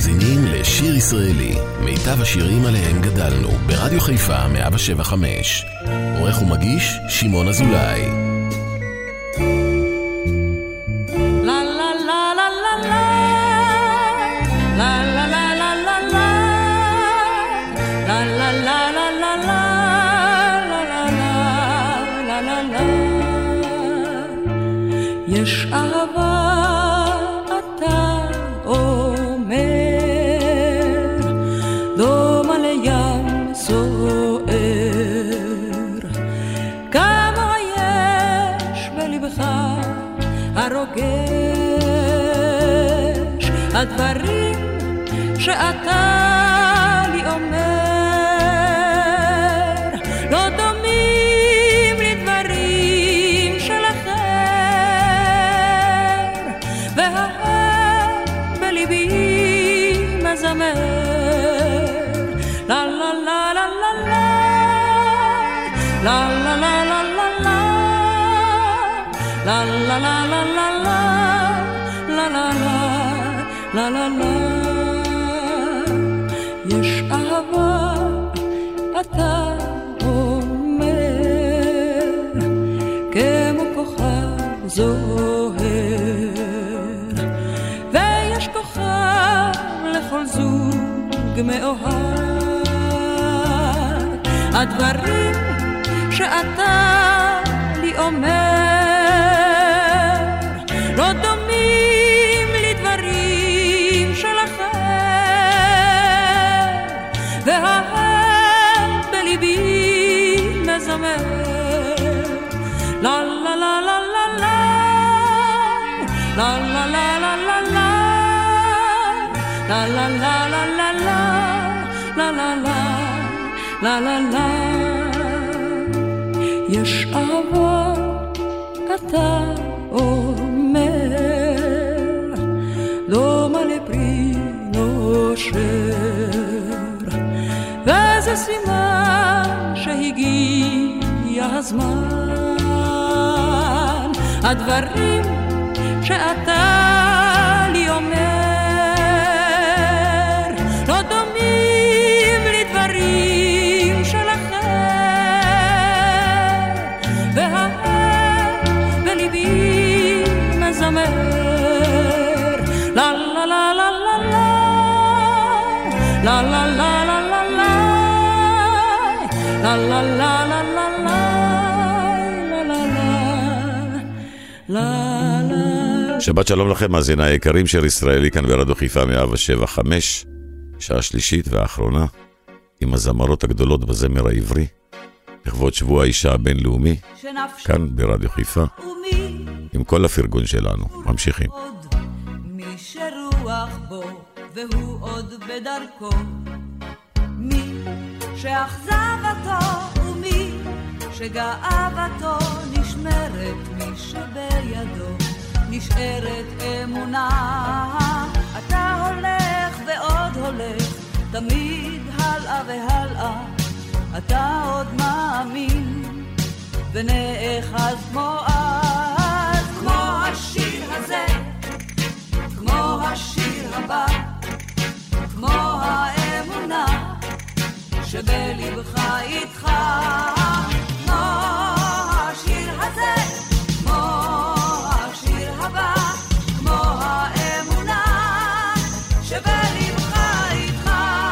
מאזינים לשיר ישראלי, מיטב השירים עליהם גדלנו, ברדיו חיפה 107.5. עורך ומגיש שמעון אזולאי. יש אהבה אתה אומר, דומה לים סוער, כמה יש בלבך הרוגש, הדברים שאתה לי אומר לא דומים לדברים של אחר, והאהב בליבי מזמר לה לה לה לה לה לה לה לה לה לה לה לה לה לה לה לה לה לה. יש אהבה אתה אומר, כמו כוכב זוהר, ויש כוכב לכל זוג מאוהב, הדברים שאתה לי אומר לא דומים לדברים של אחר, והאהב בליבי מזמר לה לה לה לה לה לה לה לה לה לה לה לה לה לה לה לה לה לה לה. יש אהבה אתה אומר, דומה לפרי נושר, וזה סימן שהגיע הזמן, הדברים שאתה לי אומר לא דומים לדברים של אחר, והאהב בליבי מזמר לה לה לה לה לה לה לה לה לה לה לה לה לה לה לה. שבת שלום לכם מאזיני היקרים, שיר ישראלי כאן ברדיו חיפה 107.5, שעה שלישית והאחרונה עם הזמרות הגדולות בזמר העברי לכבוד שבוע האישה הבינלאומי כאן ברדיו חיפה עם כל הפרגון שלנו. ממשיכים. מי שרוח בו והוא עוד בדרכו, מי שאכזבתו ומי שגאוותו נשמרת, מי שבידו נשארת אמונה. אתה הולך ועוד הולך, תמיד הלאה והלאה, אתה עוד מאמין ונאחז כמו אז, כמו השיר הזה, כמו השיר הבא, כמו האמונה שבלבך איתך, כמו השיר הזה, כמו השיר הבא, כמו האמונה שבלבך איתך.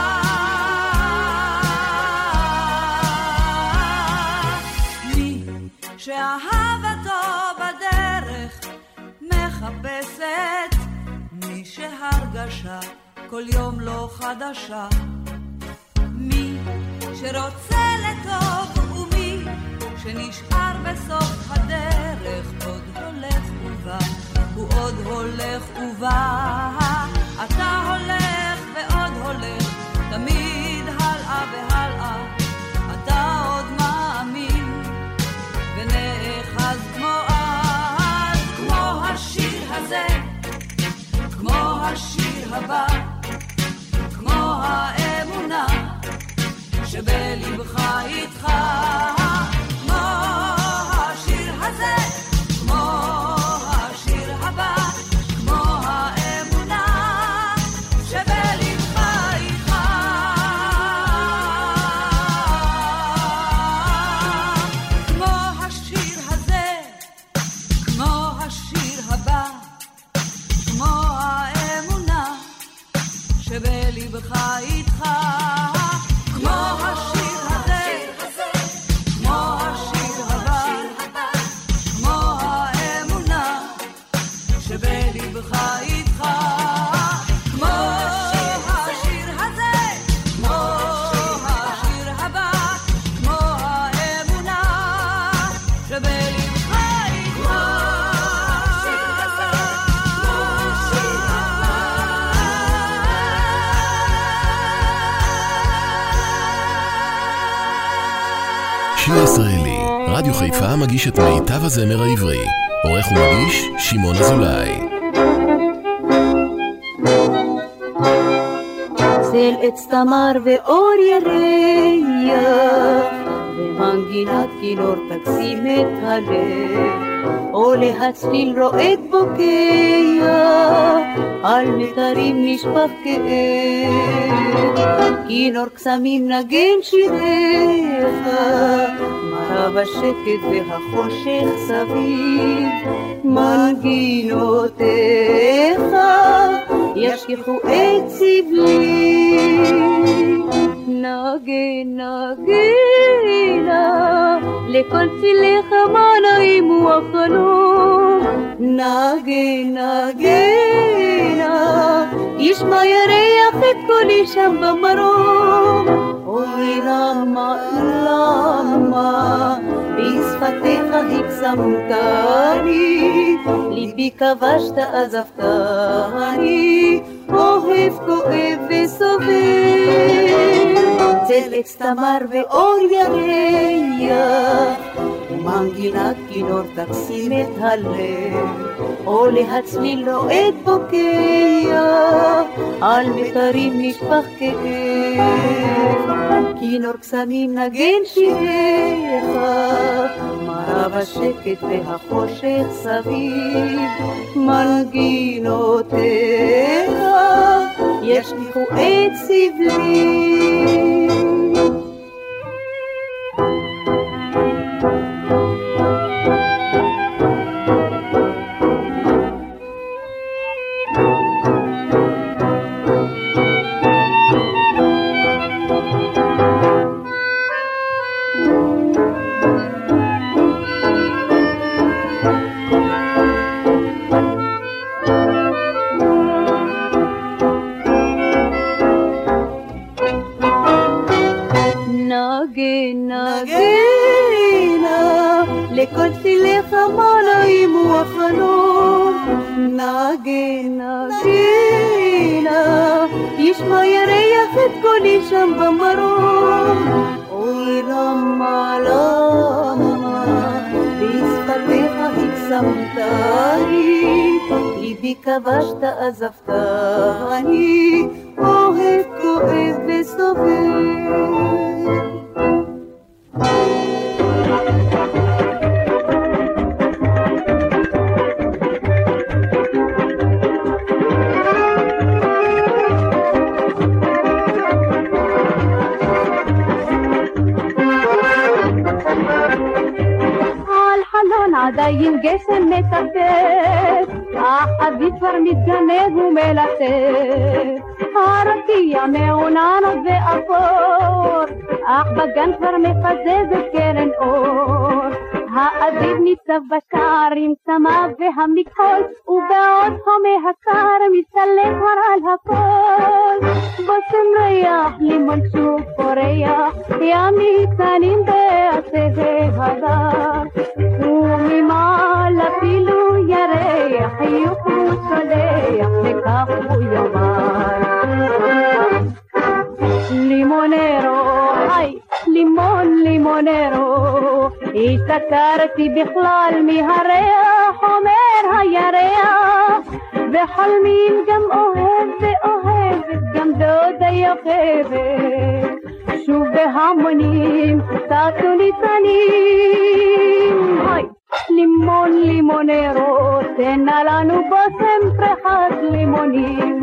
מי שאהבתו בדרך מחפשת, מי שהרגשה כל יום לא חדשה, מי שרוצה לטוב ומי שנשאר בסוף הדרך, עוד הולך ובא, הוא עוד הולך ובא, אתה הולך ועוד הולך, תמיד הלאה והלאה, אתה עוד מאמין ונאחז כמו אז, כמו השיר הזה, כמו השיר הבא, כמו האמונה שבלבך איתך, כמו השיר הזה, כמו השיר הבא, כמו האמונה שבלבך שבליבך איתך, כמו השיר הזה, כמו השיר הבא, כמו האמונה שבליבך איתך, כמו השיר הזה, כמו השיר הבא, כמו האמונה שבליבך איתך. שיר ישראלי, רדיו חיפה מגיש את מיטב הזמר העברי. עורך ומגיש שמעון אזולאי. צל עץ תמר ואור ירח, ומנגינת כינור תקסים את הלב, או להצליל רועד בוקע, על מיתרים נשפך כאב. כינור קסמים נגן שיריך, מרה בשקט והחושך סביב, מנגינותיך ישכחו את סבלי. נגן נגינה לכל צילך מה נעים הוא החלום. נגן נגינה ישמע ירח את קולי שם במרום. אוי למה למה בשפתיך הקסמתני, ליבי כבשת עזבתני, אוהב כואב וסובל. צל עץ תמר ואור ירח, ומנגינת כינור תקסים את הלב, או להצליל רועד בוקע, על מיתרים נשפך כאב. כינור קסמים נגן שיריך, מרה בשקט והחושך סביב, מנגינותיך ישכחו את סבלי. לכל צילך מה נעים הוא החלום. נגן נגינה ישמע ירח את קולי שם במרום. אוי למה למה בשפתיך הקסמתני, ליבי כבשת עזבתני, אוהב כואב וסובל. עדיין גשם מטפט, אך אביב כבר מתגנב ומלטף. הרקיע מעוננות ואפור, אך בגן כבר מפזזת קרן אור. האביב ניצב בשער עם צמא והמכחול, ובעוד חומי הקר מסתלק כבר על הכל. בושם ריח לימון שוב פורח, ימים קטנים בעצי הדר, וממעל אפילו ירח חיוך הוא שולח, וכך הוא יאמר. לימונרו, היי, לימון לימונרו, השתכרתי בכלל מהריח, אומר הירח, וחולמים גם אוהב ואוהבת, גם דודה יוכבת, שוב בהמונים תעשו ניצנים. היי, לימון לימונרו, תנה לנו בושם פרחת לימונים.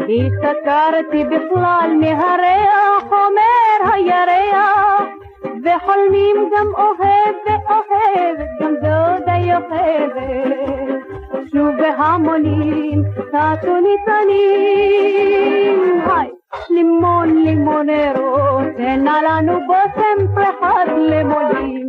השתכרתי בכלל מהריח, אומר הירח, וחולמים גם אוהב ואוהבת, גם דודה יוכבת. שוב בהמונים, תעשו ניצנים. היי, לימון לימונרו, תן לנו בושם פרחת לימונים.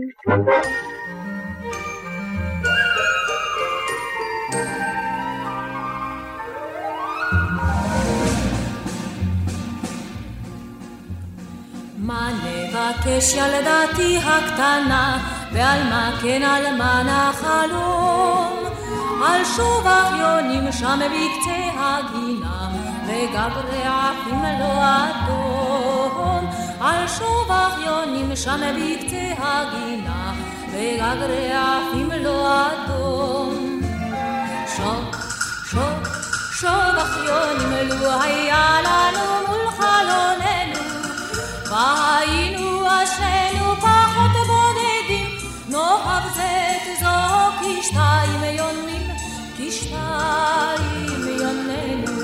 מה נבקש ילדתי הקטנה, ועל מה כן על מה נחלום? על שוב אחיונים שם בקצה הגינה, וגברי אחים לא אדום. על שוב אחיונים שם בקצה הגינה, וגברי אחים לא אדום. שוב, שוב, שוב אחיונים לו היה לנו מול חלוננו, והיינו אשרנו פחות בודדים, נאהב זה זו כשתיים יונים, כשתיים יוננו.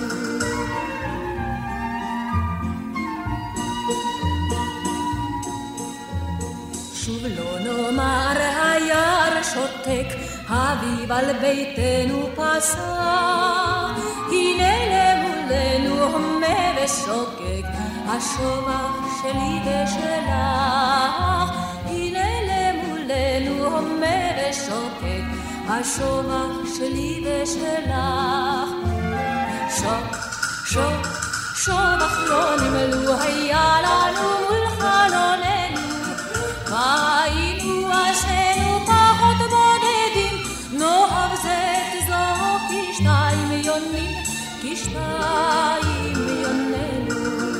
שוב לא נאמר היער שותק, אביב על ביתנו פסע, הנה למולנו הומה ושוקק, השובח שלי ושלך. הנה למולנו הומה ושוקק, השובח שלי ושלך. שוק, שוק, שובח יונים לו היה לנו מול חלוננו, והיינו אשרנו פחות בודדים, נאהב זה זו כשתיים יונים, כשתיים יוננו.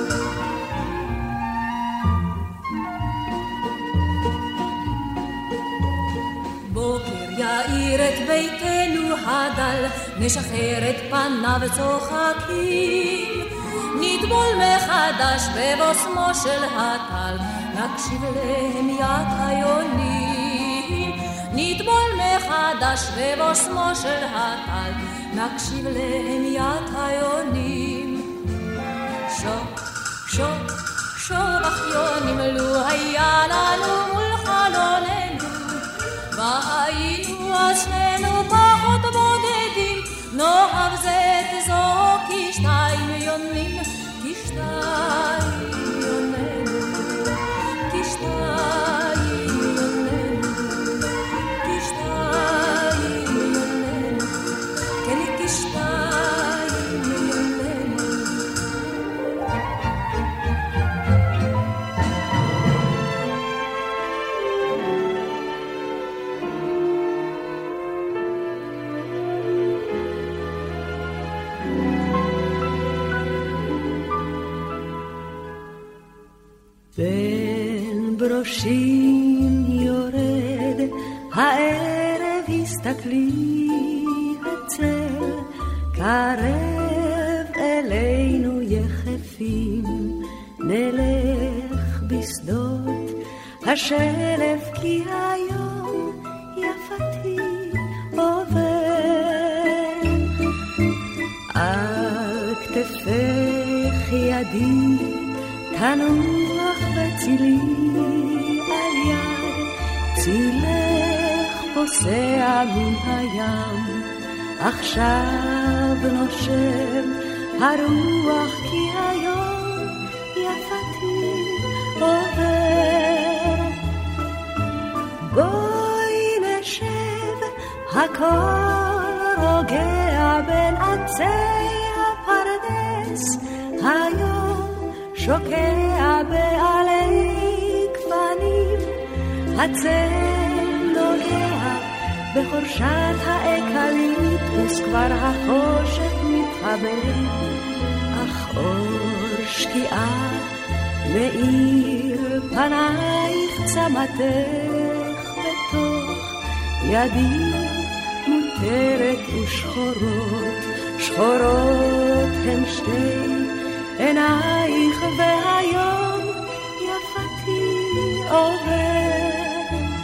בוקר יאיר את ביתנו הדל, נשחרר את פניו צוחקים, נטבול מחדש בבוסמו של הטל, נקשיב להם יד היונים. נטבול מחדש בבוסמו של הטל, נקשיב להם יד היונים. שוק, שוק, שובח יונים לו היה לנו מול חלוננו, והיינו אשרנו פחות בודדים, נאהב זה זו כשתיים יונים, כשתיים יוננו, כשתיים יוננו, כשתיים יוננו, כן כשתיים יוננו. בין ברושים יורד הערב, הסתכלי הצל קרב אלינו יחפים, נלך בשדות השלף כי היום יפתי עובר. על כתפך ידי תנוח בצילי, על יד צילך פוסע מן הים, עכשיו נושב הרוח כי היום יפתי עובר. בואי נשב, הכל רוגע בין עצי הפרדס, היום שוקע בעלי כפנים, הצל נוגע בחורשת האקליפטוס, כבר החושך מתחבא, אך אור שקיעה מאיר פנייך, צמתך בתוך ידי מותרת ושחורות, שחורות הן שתי עינייך, והיום יפתי עובר.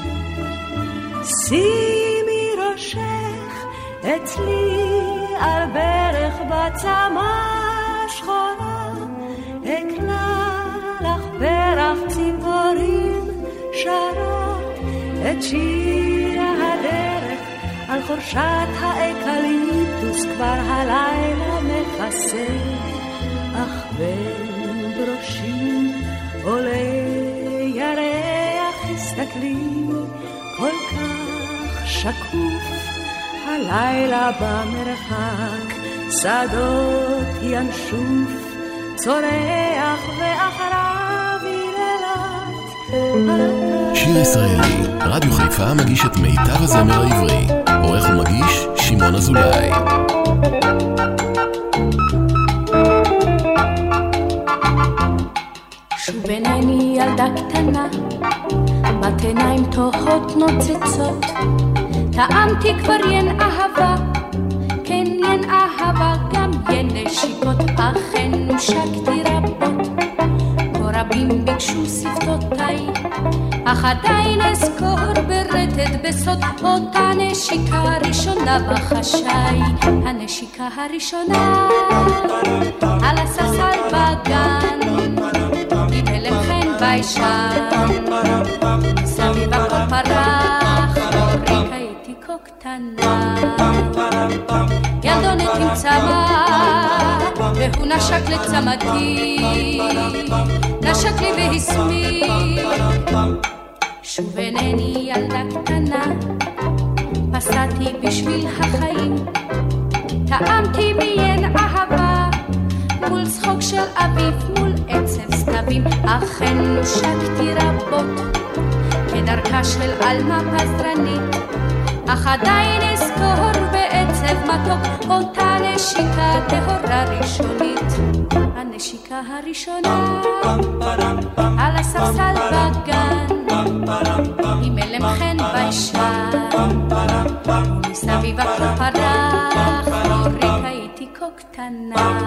שימי ראשך אצלי על ברך בצמא, שרות את שיר הדרך על חורשת האקליפטוס כבר הלילה מכסה, אך בין בראשי עולה ירח, הסתכלי כל כך שקוף, הלילה במרחק שדות ינשוף, צורח ואחריו יללת. שיר ישראלי, רדיו חיפה מגיש את מיטב הזמר העברי. עורך ומגיש שמעון אזולאי. שוב עיניי ילדה קטנה, בת עיניים תוהות נוצצות, טעמתי כבר ין אהבה, כן ין אהבה, גם ין נשיקות, אכן נושקתי רבות, כה רבים ביקשו שפתותיי, אך עדיין אזכור ברטט בסוד אותה נשיקה הראשונה בחשאי, הנשיקה הראשונה על הספסל בגן, עם הלם חן ביישן, סביב הכל פרח, אורי הייתי כה קטנה, ילדונת עם צמא, והוא נשק לצמתי, נשק לי והסמיק, שוב אינני ילדה קטנה, פסעתי בשביל החיים, טעמתי ביין אהבה, מול צחוק של אביב, מול עצב סתבים, אכן נושקתי רבות, כדרכה של אלמה פזרנית, אך עדיין אזכור בעצב מתוק, אותה נשיקה טהורה ראשונית, הנשיקה הראשונה על הספסל בגן, עם הלם חן ביישן, ומסביב הכל פרח, אורי הייתי כה קטנה,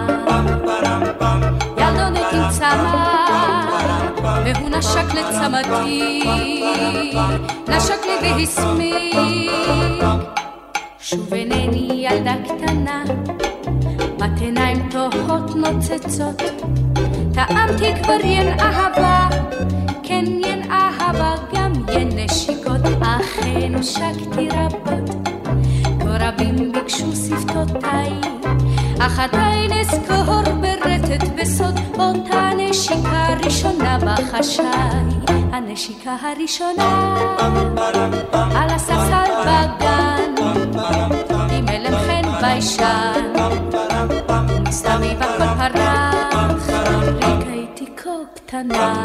ילדונת עם צמא, והוא נשק לצמתי, נשק לי והסמיק, שוב אינני ילדה קטנה, בת עיניים תוהות נוצצות, טעמתי כבר ין אהבה, כן ין אהבה, גם ין נשיקות, אכן נשקתי רבות, כה רבים ביקשו שפתותיי, אך עדיין אזכור ברטט בסוד אותה נשיקה ראשונה בחשאי, הנשיקה הראשונה על הספסל בגן, עם הלם חן ביישן, מסביב הכל פרח, רק הייתי כה קטנה,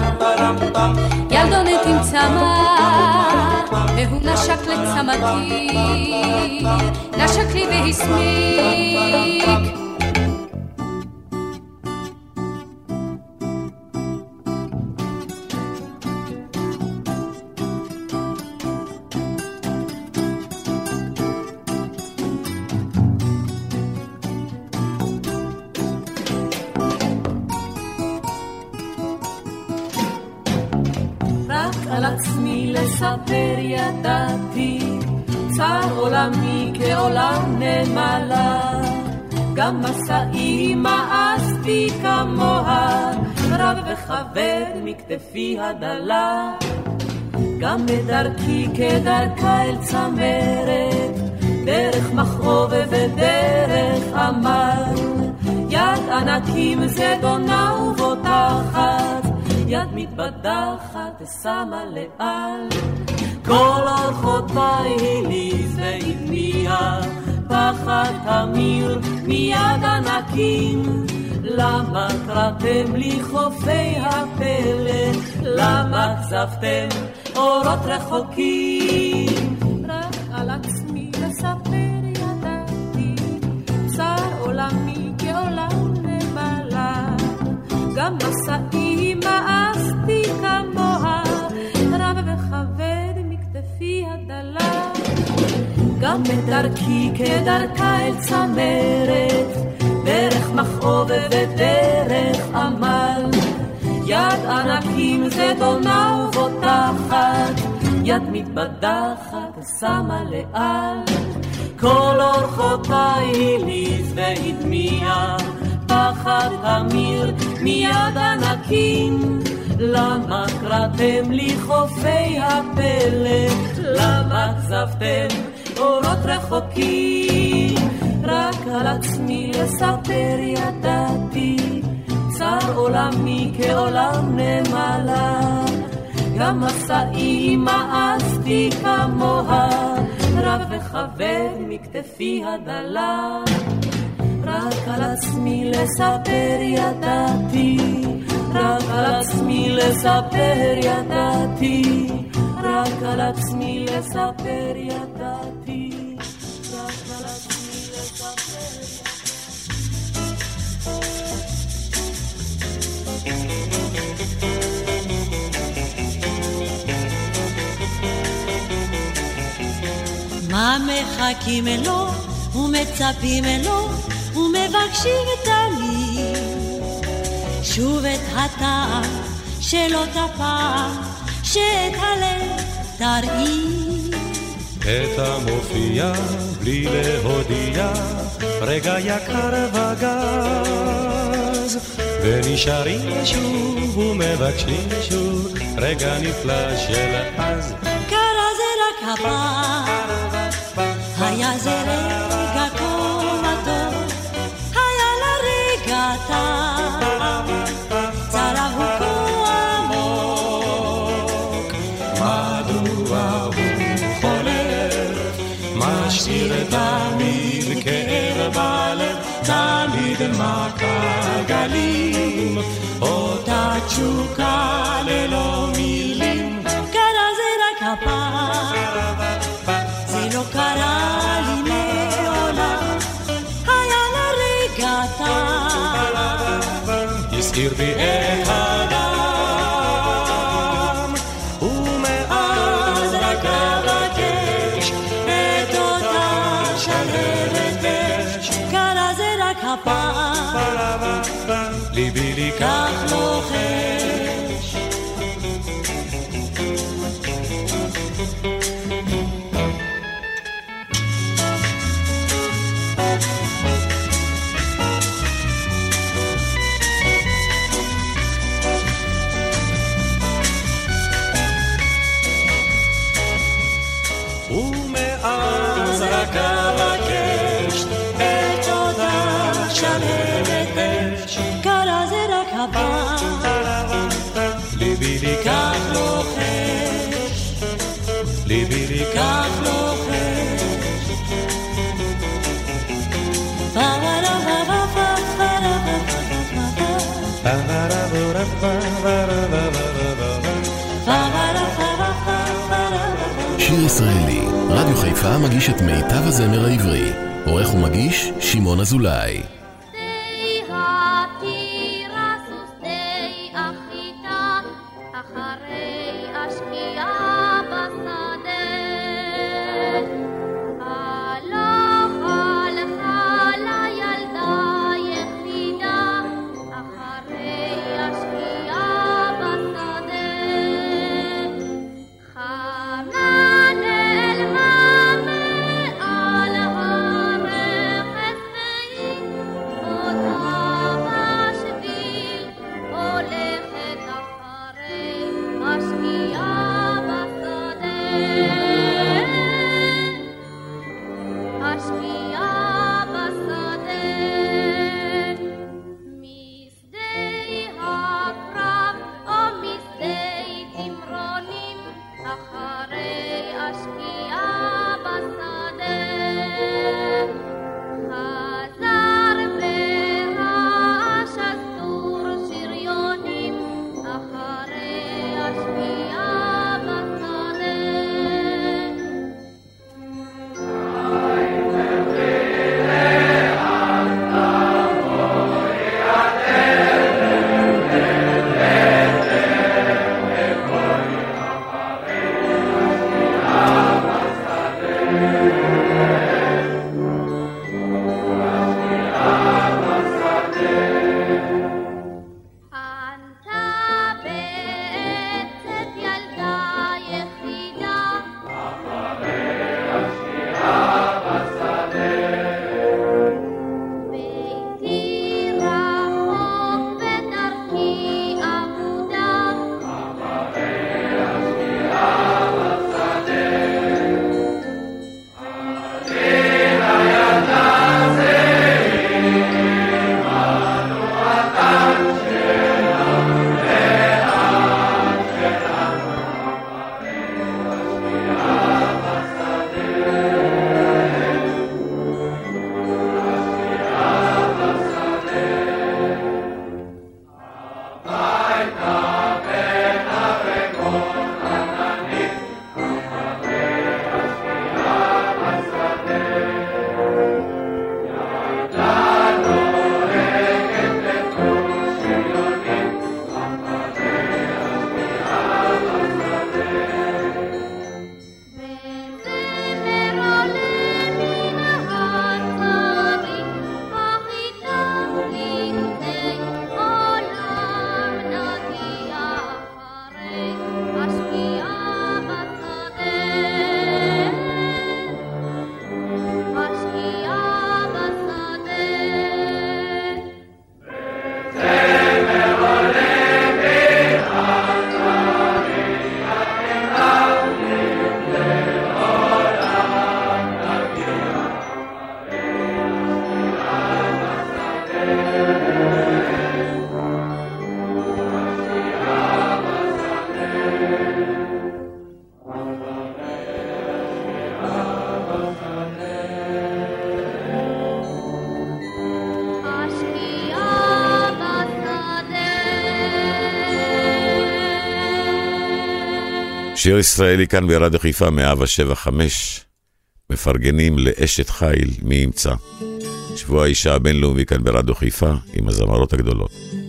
ילדונת עם צמא, והוא נשק לצמתי, נשק לי והסמיק, על עצמי לספר ידעתי, צר עולמי כעולם נמלה, גם מסעי מאסתי כמוה, רב וכבד מכתפי הדלה, גם בדרכי כדרכה אל צמרת, דרך מכאוב ודרך עמל, יד ענקים זדונה ובוטחת, יד מתבדחת שמה לאל, כל אורחותיי הליז והדמיע, פחד תמיר מיד ענקים, למה קראתם לי חופי הפלא, למה כזבתם אורות רחוקים, רק על עצמי לספר ידעתי, צר עולמי כעולם נמלה, גם מסעי מאסתי כמוה, רב וכבד מכתפי הדלה, גם בדרכי כדרכה אל צמרת, דרך מכאוב ודרך עמל, יד ענקים זדונה ובוטחת, יד מתבדחת שמה לאל, כל אורחותיי הליז והדמיע, פחד אמיר מיד ענקים, למה קראתם לי חופי הפלא? למה כזבתם אורות רחוקים? רק על עצמי לספר ידעתי, צר עולמי כעולם נמלה. גם מסעי מאסתי כמוה, רב וכבד מכתפי הדלה. רק על עצמי לספר ידעתי, רק על עצמי לספר ידעתי, רק על עצמי לספר ידעתי, רק על עצמי לספר מה מחכים לו ומצפים לו ומבקשים תמיד שוב את הטעם שלא תפע, שאת הלב תרעיד. את המופיע בלי להודיע, רגע יקר וגז, ונשארים שוב ומבקשים שוב, רגע נפלא של אז. קרה זה רק הפעם, היה זה רגע כה טוב, היה לרגע טעם, צרה הוא כה עמוק. מדוע הוא חולף, משאיר תמיד כאב בלב, תמיד מכה גלים, אותה תשוקה ללא מילים. קרה זה רק הפעם, זה לא קרה לי מעולם, היה לרגע טעם, הזכיר בי את הדם, ומאז רק אבקש את אותה שלהבת אש. קרה זה רק הפעם, ליבי לי כך לוחש. ומאז רק אבקש את אותה שלהבת אש. קרה זה רק הפעם, ליבי לי כך לוחש, ליבי לי כך לוחש. שיר ישראלי, רדיו חיפה מגיש את מיטב הזמר העברי. עורך ומגיש שמעון אזולאי. שיר ישראלי כאן ברדיו חיפה 107.5, מפרגנים לאשת חיל מי ימצא. שבוע האישה הבינלאומי כאן ברדיו חיפה עם הזמרות הגדולות.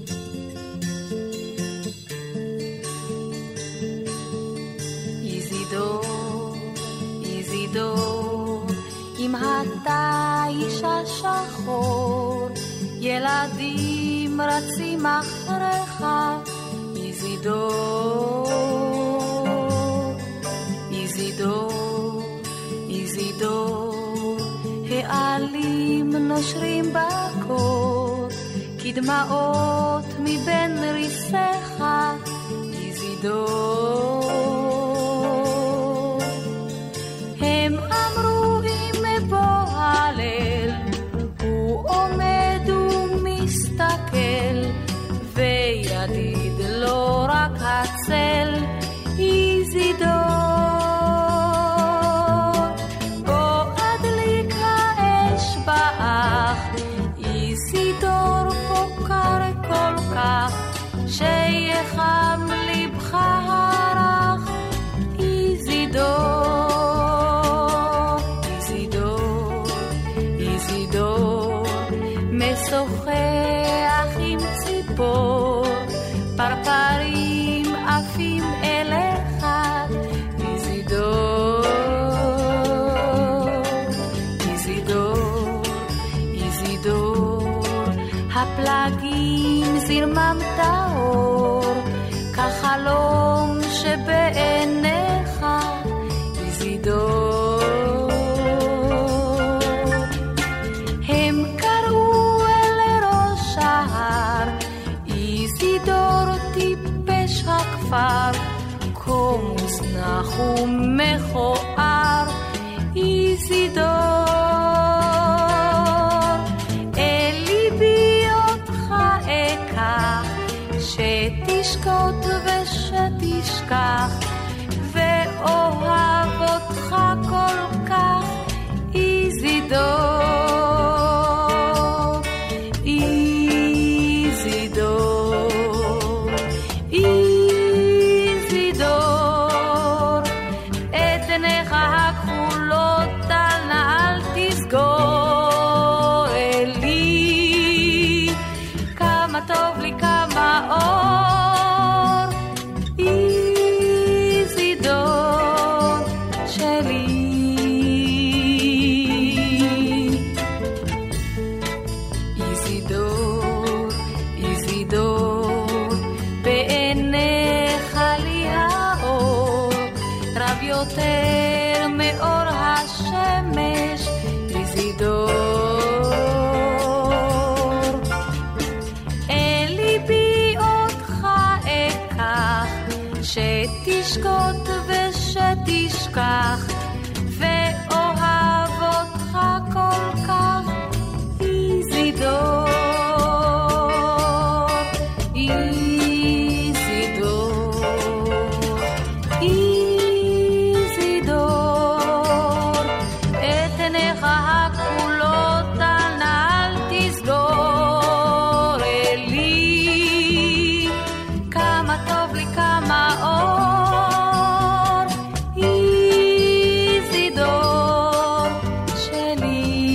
איזידור, אם אתה אישה שחור, ילדים רצים אחריך, איזידור, איזידור, איזידור, העלים נושרים בקור, כדמעות מבין ריסך, איזידור. הם אמרו אם מבוא הליל, הוא עומד ומסתכל, וידיד לא רק הצל, איזידור. בוא אדליק האש באח, איזידור פוקר כל כך, שיחם לבך הרך, איזידור, איזידור, איזידור, משוחח עם ציפור, פרפרים עפים אליך, איזידור, איזידור, איזידור, הפלגים זרמם טהור, כחלום שבעיניך, איזידור. הם קראו אל ראש ההר, איזידור טיפש הכפר, כה מוזנח ומכוער, איזידור. אל ליבי אותך אקח, שתשקוט ושתשכח, ואוהב אותך כל כך, איזידור, איזידור, איזידור. את עיניך הכחולות אל תסגור אלי, כמה טוב לי כמה אור, איזידור שלי. איזידור, איזידור, בעיניך לי האור, רב יותר מאור השמש, איזידור. אל ליבי אותך אקח, שתשקוט ושתשכח, ואוהב אותך כל כך, איזידור, איזידור, איזידור. את עיניך הכחולות אל תסגור אלי, כמה טוב לי כמה אור, איזידור שלי.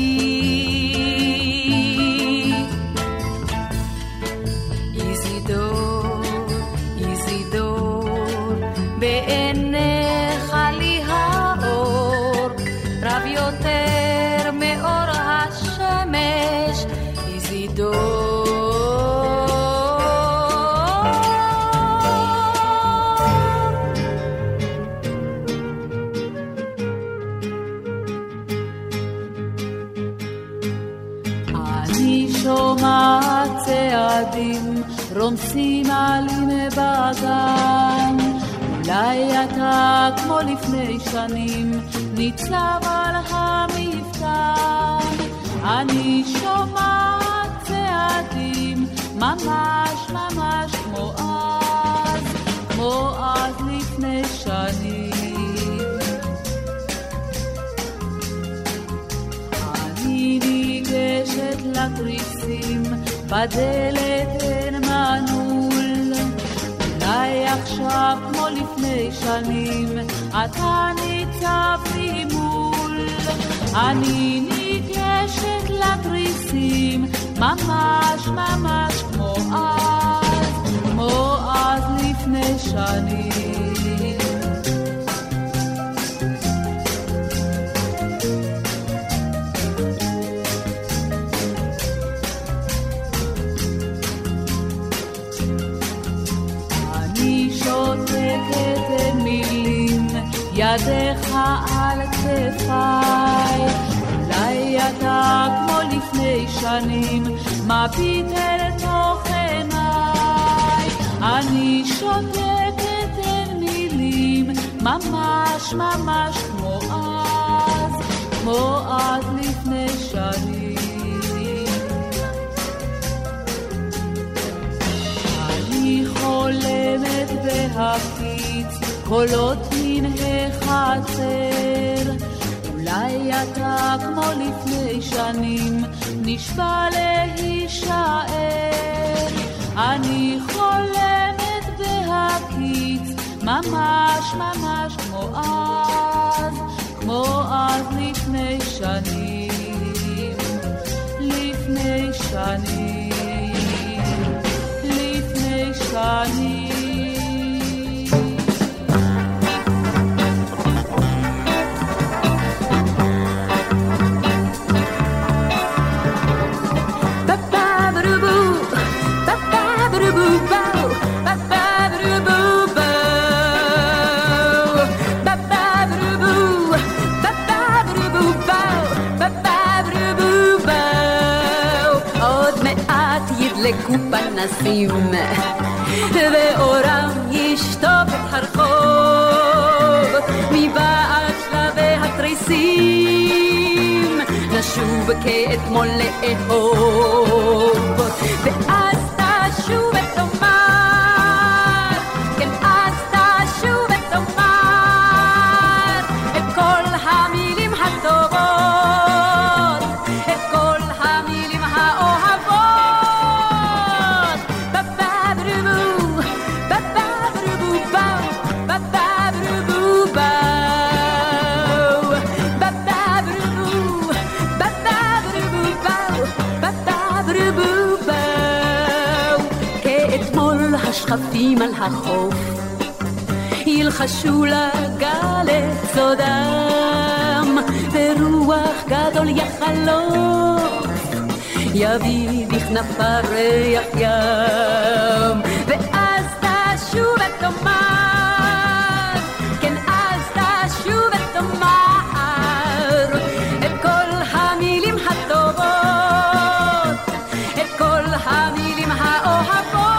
איזידור, איזידור, בעיניך לי האור, רב יותר מאור השמש, איזידור. אני שומעת צעדים רומסים עלים בגן, אולי אתה כמו לפני שנים ניצב על המפתן. אני שומעת צעדים ממש ממש כמו אז לפני שנים. אני ניגשת לתריסים, בדלת אין מנעול, אולי עכשיו כמו לפני שנים אתה ניצב לי מול, אני ניגשת לתריסים ממש ממש כמו אז לפני שנים. שותקת מילים, ידך על כתפיי, אולי אתה כמו לפני שנים, מביט אל תוך עיניי. אני שותקת מילים, ממש ממש כמו אז לפני שנים. חולמת בהפיץ קולות מן החצר, אולי אתה כמו לפני שנים נשבע להישאר. אני חולמת בהפיץ ממש ממש כמו אז לפני שנים, לפני שנים, שנים. עוד מעט ידלקו פנסים ואורם ישטוף את הרחוב, מבעד שלבי התריסים נשוב כאתמול לאהוב. ואז תשוב ותאמר, כן אז תשוב ותאמר את כל המילים הטובות, את כל המילים האוהבות. השכפים על החוף ילחשו לגל את סודם, ורוח גדול יחלוף יביא בכנפיו ריח ים. ואז תשוב ותאמר, כן אז תשוב ותאמר את כל המילים הטובות, את כל המילים האוהבות.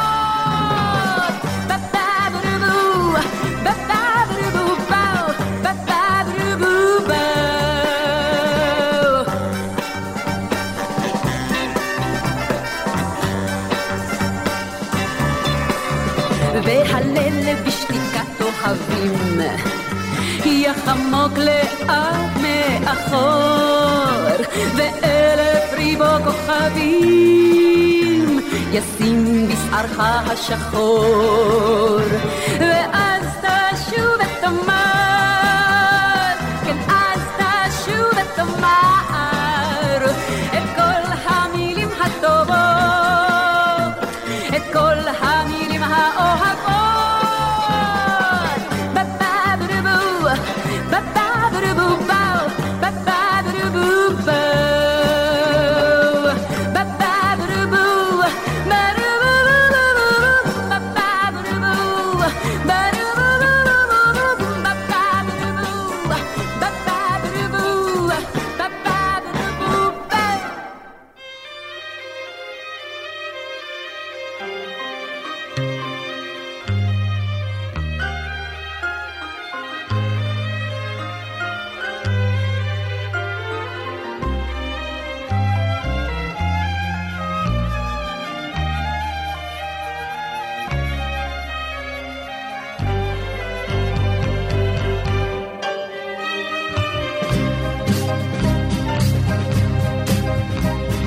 והליל בשתיקת אוהבים יחמוק לאט מאחור, ואלף ריבו כוכבים ישים בשערך השחור. ואז תשוב ותאמר, כן אז תשוב ותאמר את כל המילים הטובות, את כל המילים האוהבות.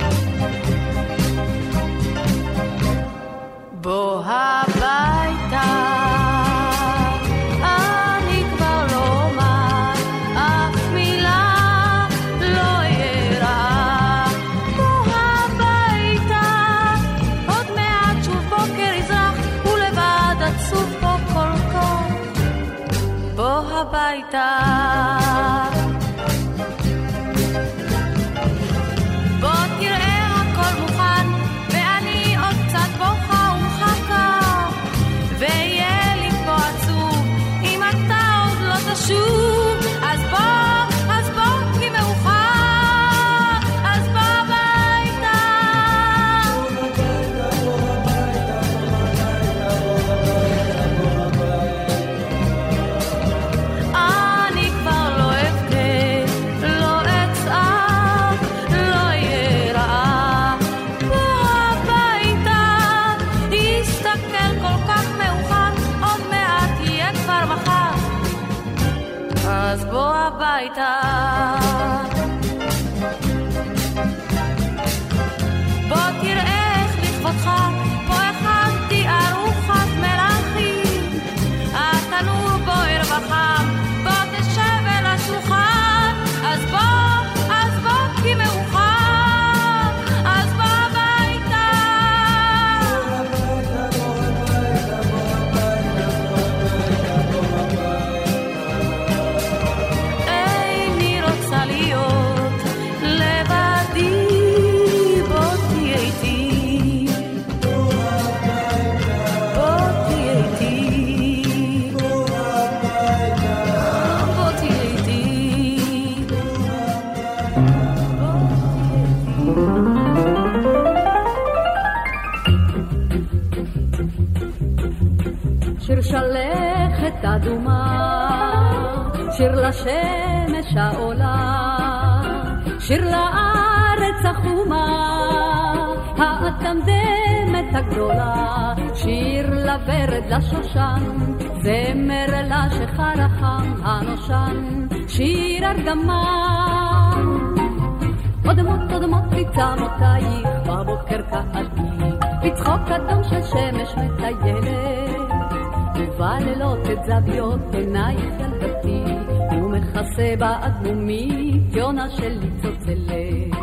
בוא הביתה הביתה. בוא תראה הכל מוכן, ואני עוד קצת בוכה ומחכה, ויהיה לי פה עצוב אם אתה עוד לא תשוב. אז בוא כי מאוחר, אז בוא הביתה. אני כבר לא אבכה, לא אצעק, לא יהיה רעה. בוא הביתה, הסתכל כל כך מאוחר, עוד מעט יהיה כבר מחר. אז בוא הביתה. בוא תראה איך לכבודך פה הכנתי ארוחת מלאכים, התנור בוער וחם, בוא תשב אל השולחן. אז בוא כי מאוחר, אז בוא הביתה. איני רוצה להיות לבדי, בוא תהיה איתי, בוא תהיה איתי, בוא תהיה איתי, שיר שלכת אדומה, שיר לשמש העולה, שיר לארץ החומה, האטמדמת הגדולה, שיר לברד לשושן, זמר לשחר החם הנושן, שיר ארגמן. עוד פיצמותייך בבוקר קעתי, בצחוק אדום של שמש מטיילת, ובלילות את זוויות עינייך ילדתי, ומכסה באדמומית יונה שלי צוצלת.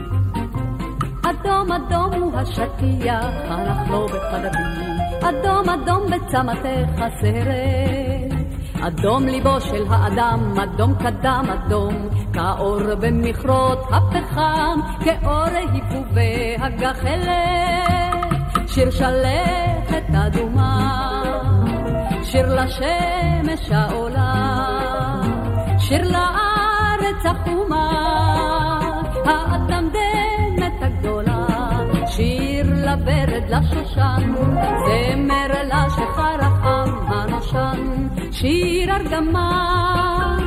אדום אדום הוא השטיח, הלך לו בחלבי, אדום אדום בצמתך הסרט, אדום ליבו של האדם, אדום קדם אדום, כאור במכרות הפחם, כאור היפובי הגחלת. שיר שלכת אדומה, שיר לשמש העולה, שיר לארץ החומה, האטמדמת הגדולה, שיר לברד לשושן, זמר לשחר החם הנושן, שיר ארגמן.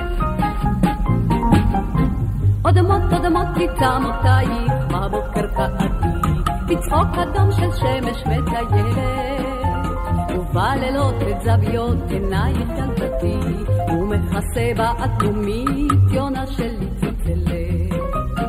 עוד פיצמותייך בבוקר קעתי, בצחוק אדום של שמש מטיילת, ובלילות את זוויות עינייך ילדתי, ומכסה באדמומית יונה שלי צוצלת.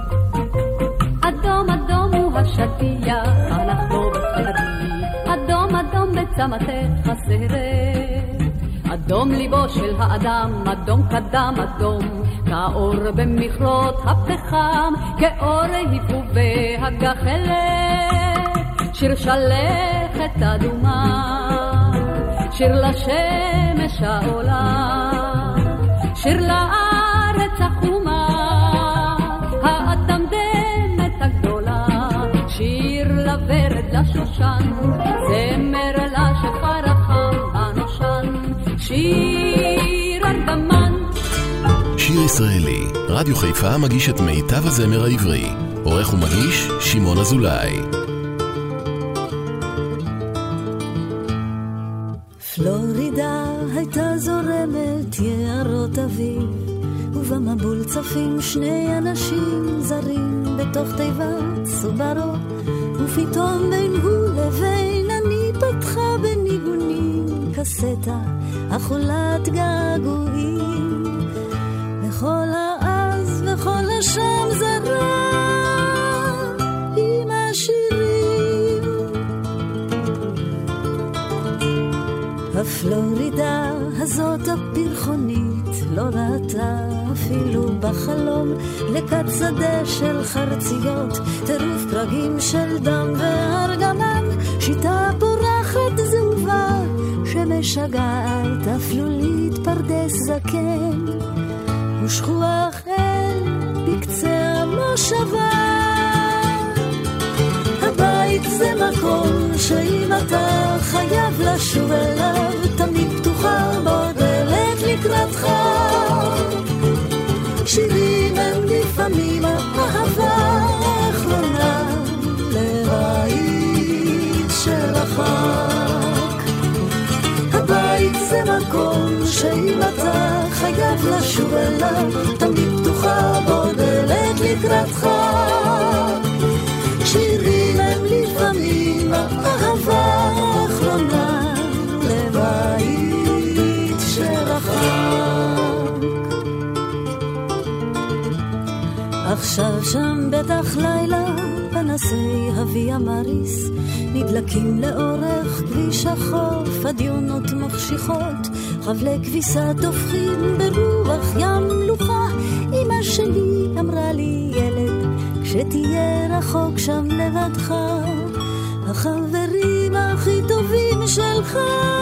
אדום אדום הוא השטיח, הלך לו בחלבי, אדום אדום בצמתך הסרט, אדום ליבו של האדם, אדום קדם אדום, כאור במכרות הפחם, כאור היפובי הגחלת. שיר שלכת אדומה, שיר לשמש העולה, שיר לארץ החומה, האטמדמת הגדולה, שיר לברד לשושן, זמר לשחר החם הנושן, שיר ארגמן. שיר ישראלי, רדיו חיפה מגיש את מיטב הזמר העברי. עורך ומגיש שמעון אזולאי. פלורידה הייתה זורמת יערות אביב, ובמבול צפים שני אנשים זרים בתוך תיבת סוברו, ופתאום בין הוא לבין אני פתחה בניגונים קסטה אכולת געגועים, וכל האז וכל השם זרה עם השירים. הפלורידה הזאת הפרחונית לא ראתה אפילו בחלום לקט שדה של חרציות, טירוף פרגים של דם וארגמן, שיטה פורחת זהובה שמשגעת אפלולית פרדס זקן ושכוח אל בקצה המושבה. הבית זה מקום שאם אתה חייב לשוב אליו, תמיד פתוחה בו דלת לקראתך. שירים הם לפעמים האהבה האחרונה לבית שרחק. הבית זה מקום שאם אתה חייב לשוב אליו, תמיד פתוחה בו דלת לקראתך. שירים הם לפעמים האהבה האחרונה לבית שרחק. עכשיו שם בטח לילה פנסי אבי המריס נדלקים לאורך כביש החוף, הדיונות מחשיכות, חבלי כביסה דופכים ברוח ים לוחה. אמא שלי אמרה לי, ילד, כשתהיה רחוק שם לבדך, החברים הכי טובים שלך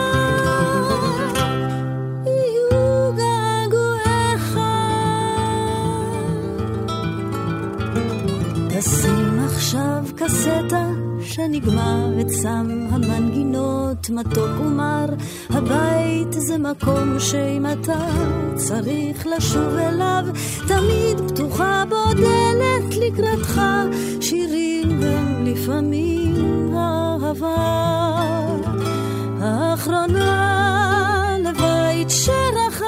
יהיו געגועיך. תשים עכשיו קסטה שנגמר וצם המנגינות מתוק ומר. הבית זה מקום שאם אתה צריך לשוב אליו, תמיד פתוחה בו דלת לקראתך. שירים גם לפעמים אהבה האחרונה לבית שרחק.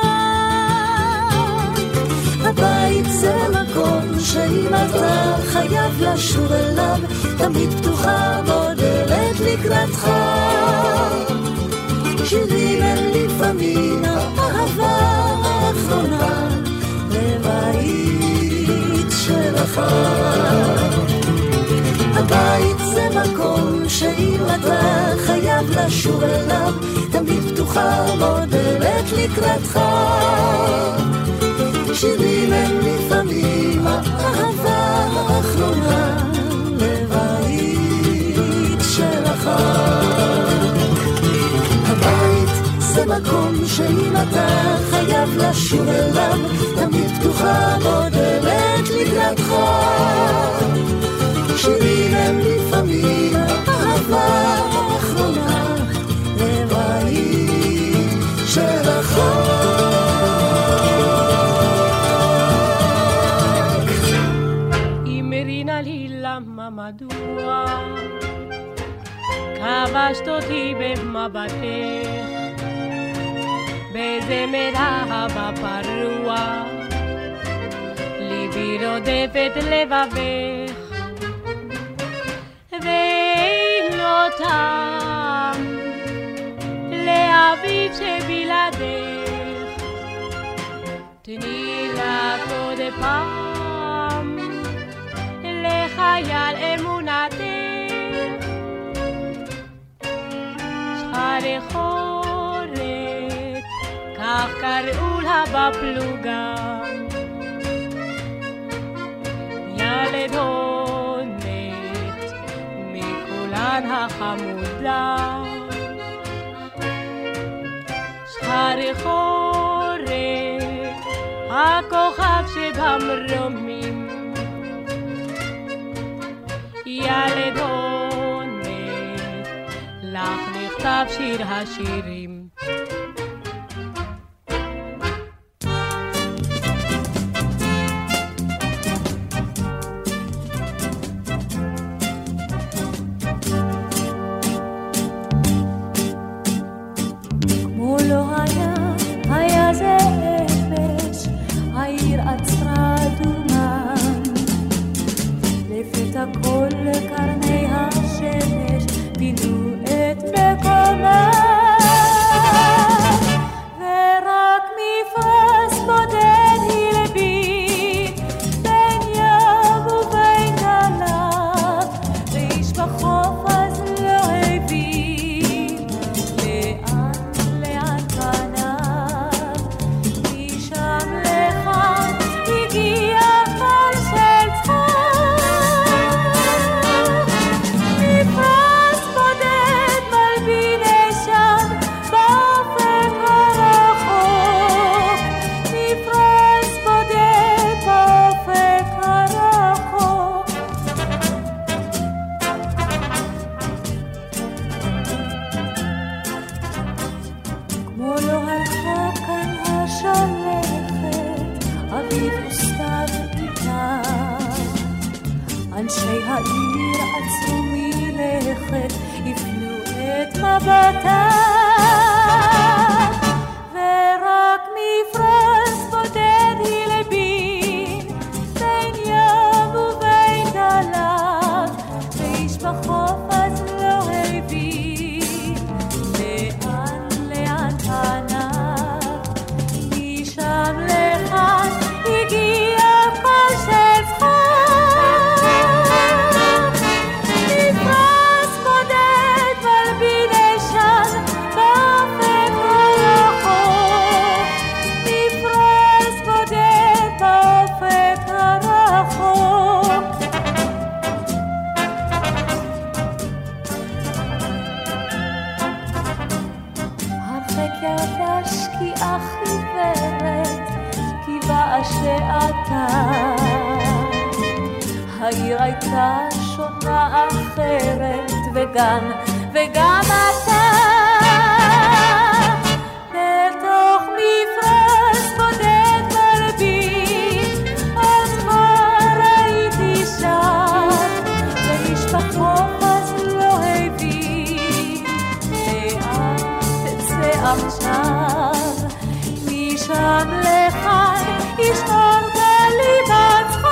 הבית זה מקום שאם אתה חייב לשוב אליו, תמיד פתוחה בו דלת לקראתך. שירים הם לפעמים האהבה האחרונה לבית שרחק. הבית זה מקום שאם אתה חייב לשוב אליו, תמיד פתוחה בו דלת לקראתך. שירים הם לפעמים האהבה האחרונה לבית שרחק. הבית זה מקום שאם אתה חייב לשוב אליו, תמיד פתוחה בו דלת לקראתך. שירים הם לפעמים האהבה האחרונה לבית שרחק. למה מדוע כבשת אותי במבטך, בזמר אהבה פרוע ליבי רודף את לבבך, ואין לו טעם לאביב שבלעדך. תני לך עוד פעם לחייל אמונתך, שחרחורת כך קראו לה בפלוגה, ילדונת מכולן החמודה, שחרחורת הכוכב שבמרומים, ילדונת לך נכתב שיר השירים. כמו לא היה זה אפס, העיר עצרה דומה, לפתע כל קרני השמש פינו את מקומה. מבטה ורק מפרש בודד היא לבין בין ים ובין דלת ואיש בחוף אז לא הבין לאן פניו משם לכאן הגיע קול של צחוק נפרש בודד מלבין ישן באופק הרחוק נפרש בודד באופק הרחוק הרחק ידה שקיעה חיוורת כי באה שעתה העיר הייתה שונה אחרת וגם אתה בתוך מפרש בודד מלבין אז כבר הייתי שם ומשפחו אז לא הבין לאן תצא עכשיו משם לכאן ישמור גלי בצחוק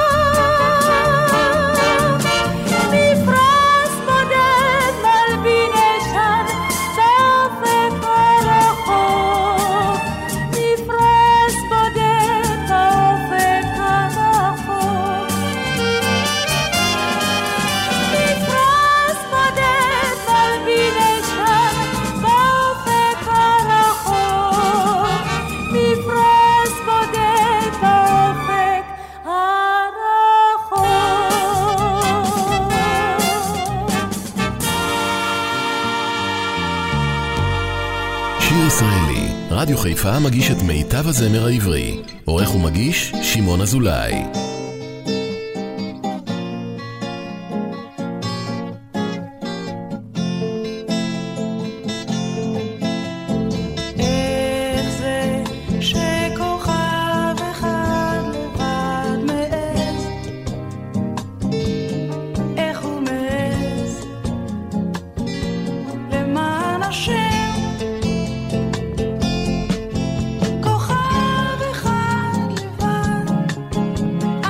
נפרש בודד מלבין ישן באופק הרחוק נפרש בודד באופק הרחוק נפרש בודד מלבין ישן באופק הרחוק נפרש בודד באופק הרחוק שיר ישראלי, רדיו חיפה מגיש את מיטב הזמר העברי. עורך ומגיש שמעון אזולאי. איך זה שכוכב אחד לבד מעז איך הוא מעז למען השם כוכב אחד לבד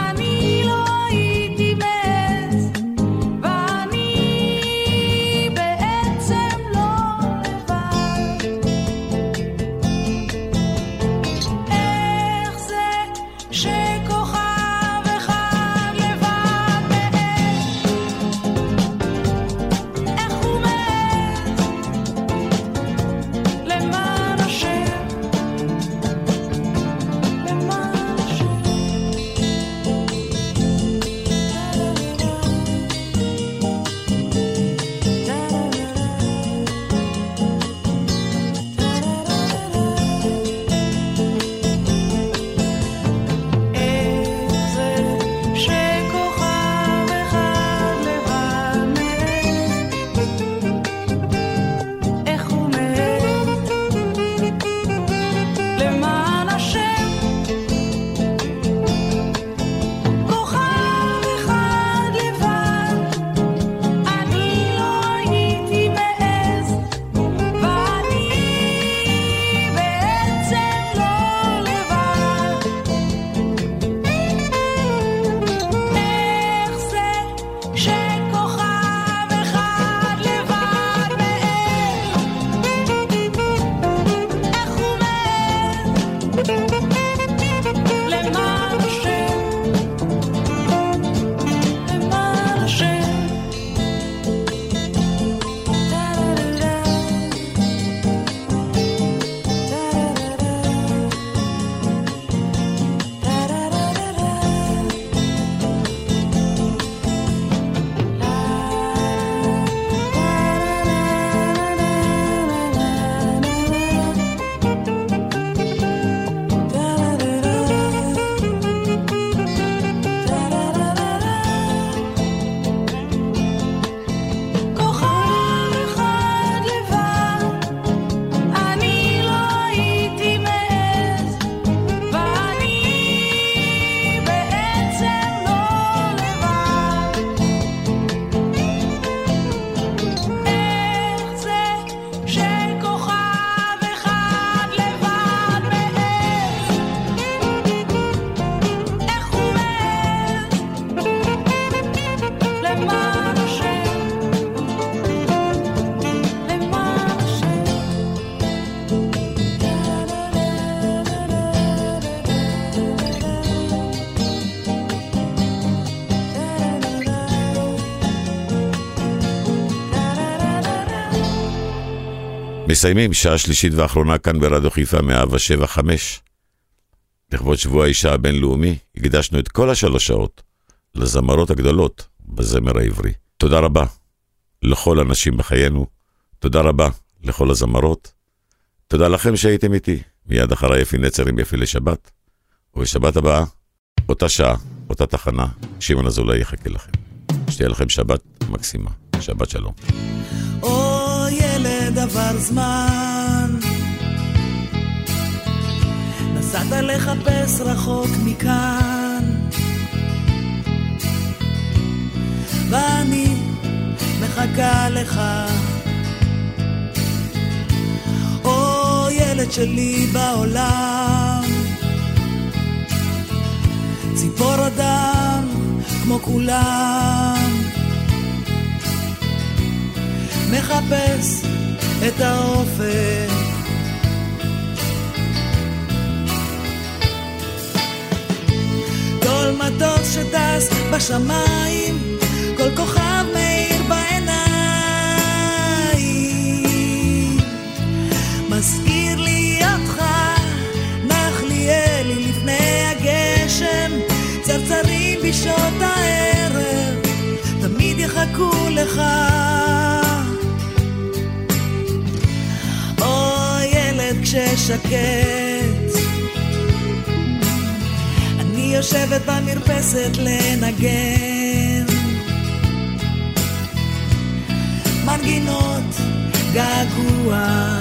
מסיימים שעה שלישית ואחרונה כאן ברדיו חיפה 107.5. לכבוד שבוע האישה הבינלאומי, הקדשנו את כל 3 שעות לזמרות הגדולות בזמר העברי. תודה רבה לכל אנשים בחיינו, תודה רבה לכל הזמרות, תודה לכם שהייתם איתי. מיד אחרי יפי נצר עם יפי לשבת, ובשבת הבאה, אותה שעה, אותה תחנה, שמעון אזולאי יחכה לכם. שתהיה לכם שבת מקסימה, שבת שלום. או ילד עבר זמן, נסעת לחפש רחוק מכאן, ואני מחכה לך. או ילד שלי בעולם, ציפור אדם כמו כולם, מחפש את האופק. כל מטוס שטס בשמיים, כל כוכב מאיר בעיניים, מזכיר לי אותך, נחליאלי לפני הגשם, צרצרים בשעות הערב, תמיד יחכו לך. או ילד כששקט, אני יושבת במרפסת לנגן מנגינות געגוע.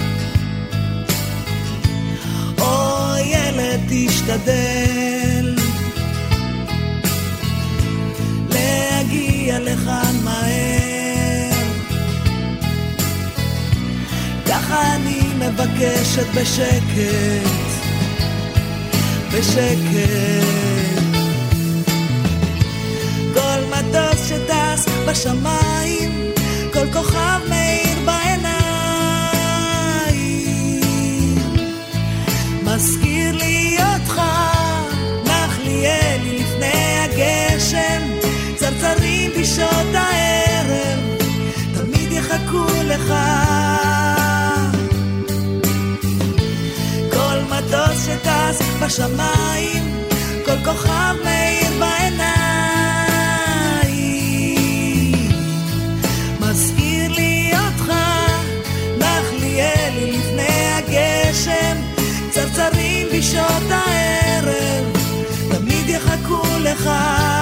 או ילד תשתדל להגיע לכאן מהר, ככה אני מבקשת בשקט, בשקט. כל מטוס שטס בשמיים, כל כוכב מאיר בעיניים, מזכיר לי אותך, נחליאלי לפני הגשם, צרצרים בשעות הערב, תמיד יחכו לך. כל מטוס שטס בשמיים, כל כוכב מאיר בעיניים, מזכיר לי אותך, נחליאלי לפני הגשם, צרצרים בשעות הערב, תמיד יחכו לך.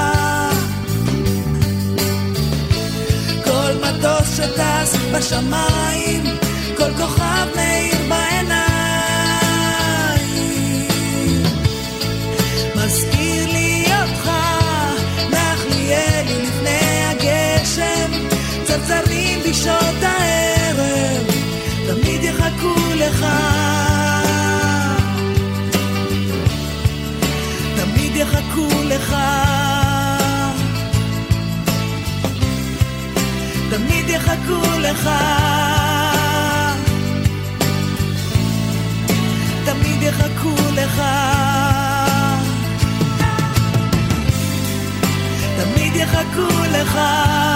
כל מטוס שטס בשמיים, כל כוכב מאיר בעיניים, מזכיר לי אותך, נחליאלי לפני הגשם, צרצרים בשעות הערב, תמיד יחכו לך, תמיד יחכו לך, תמיד יחכו לך, תמיד יחכו לך, תמיד יחכו לך.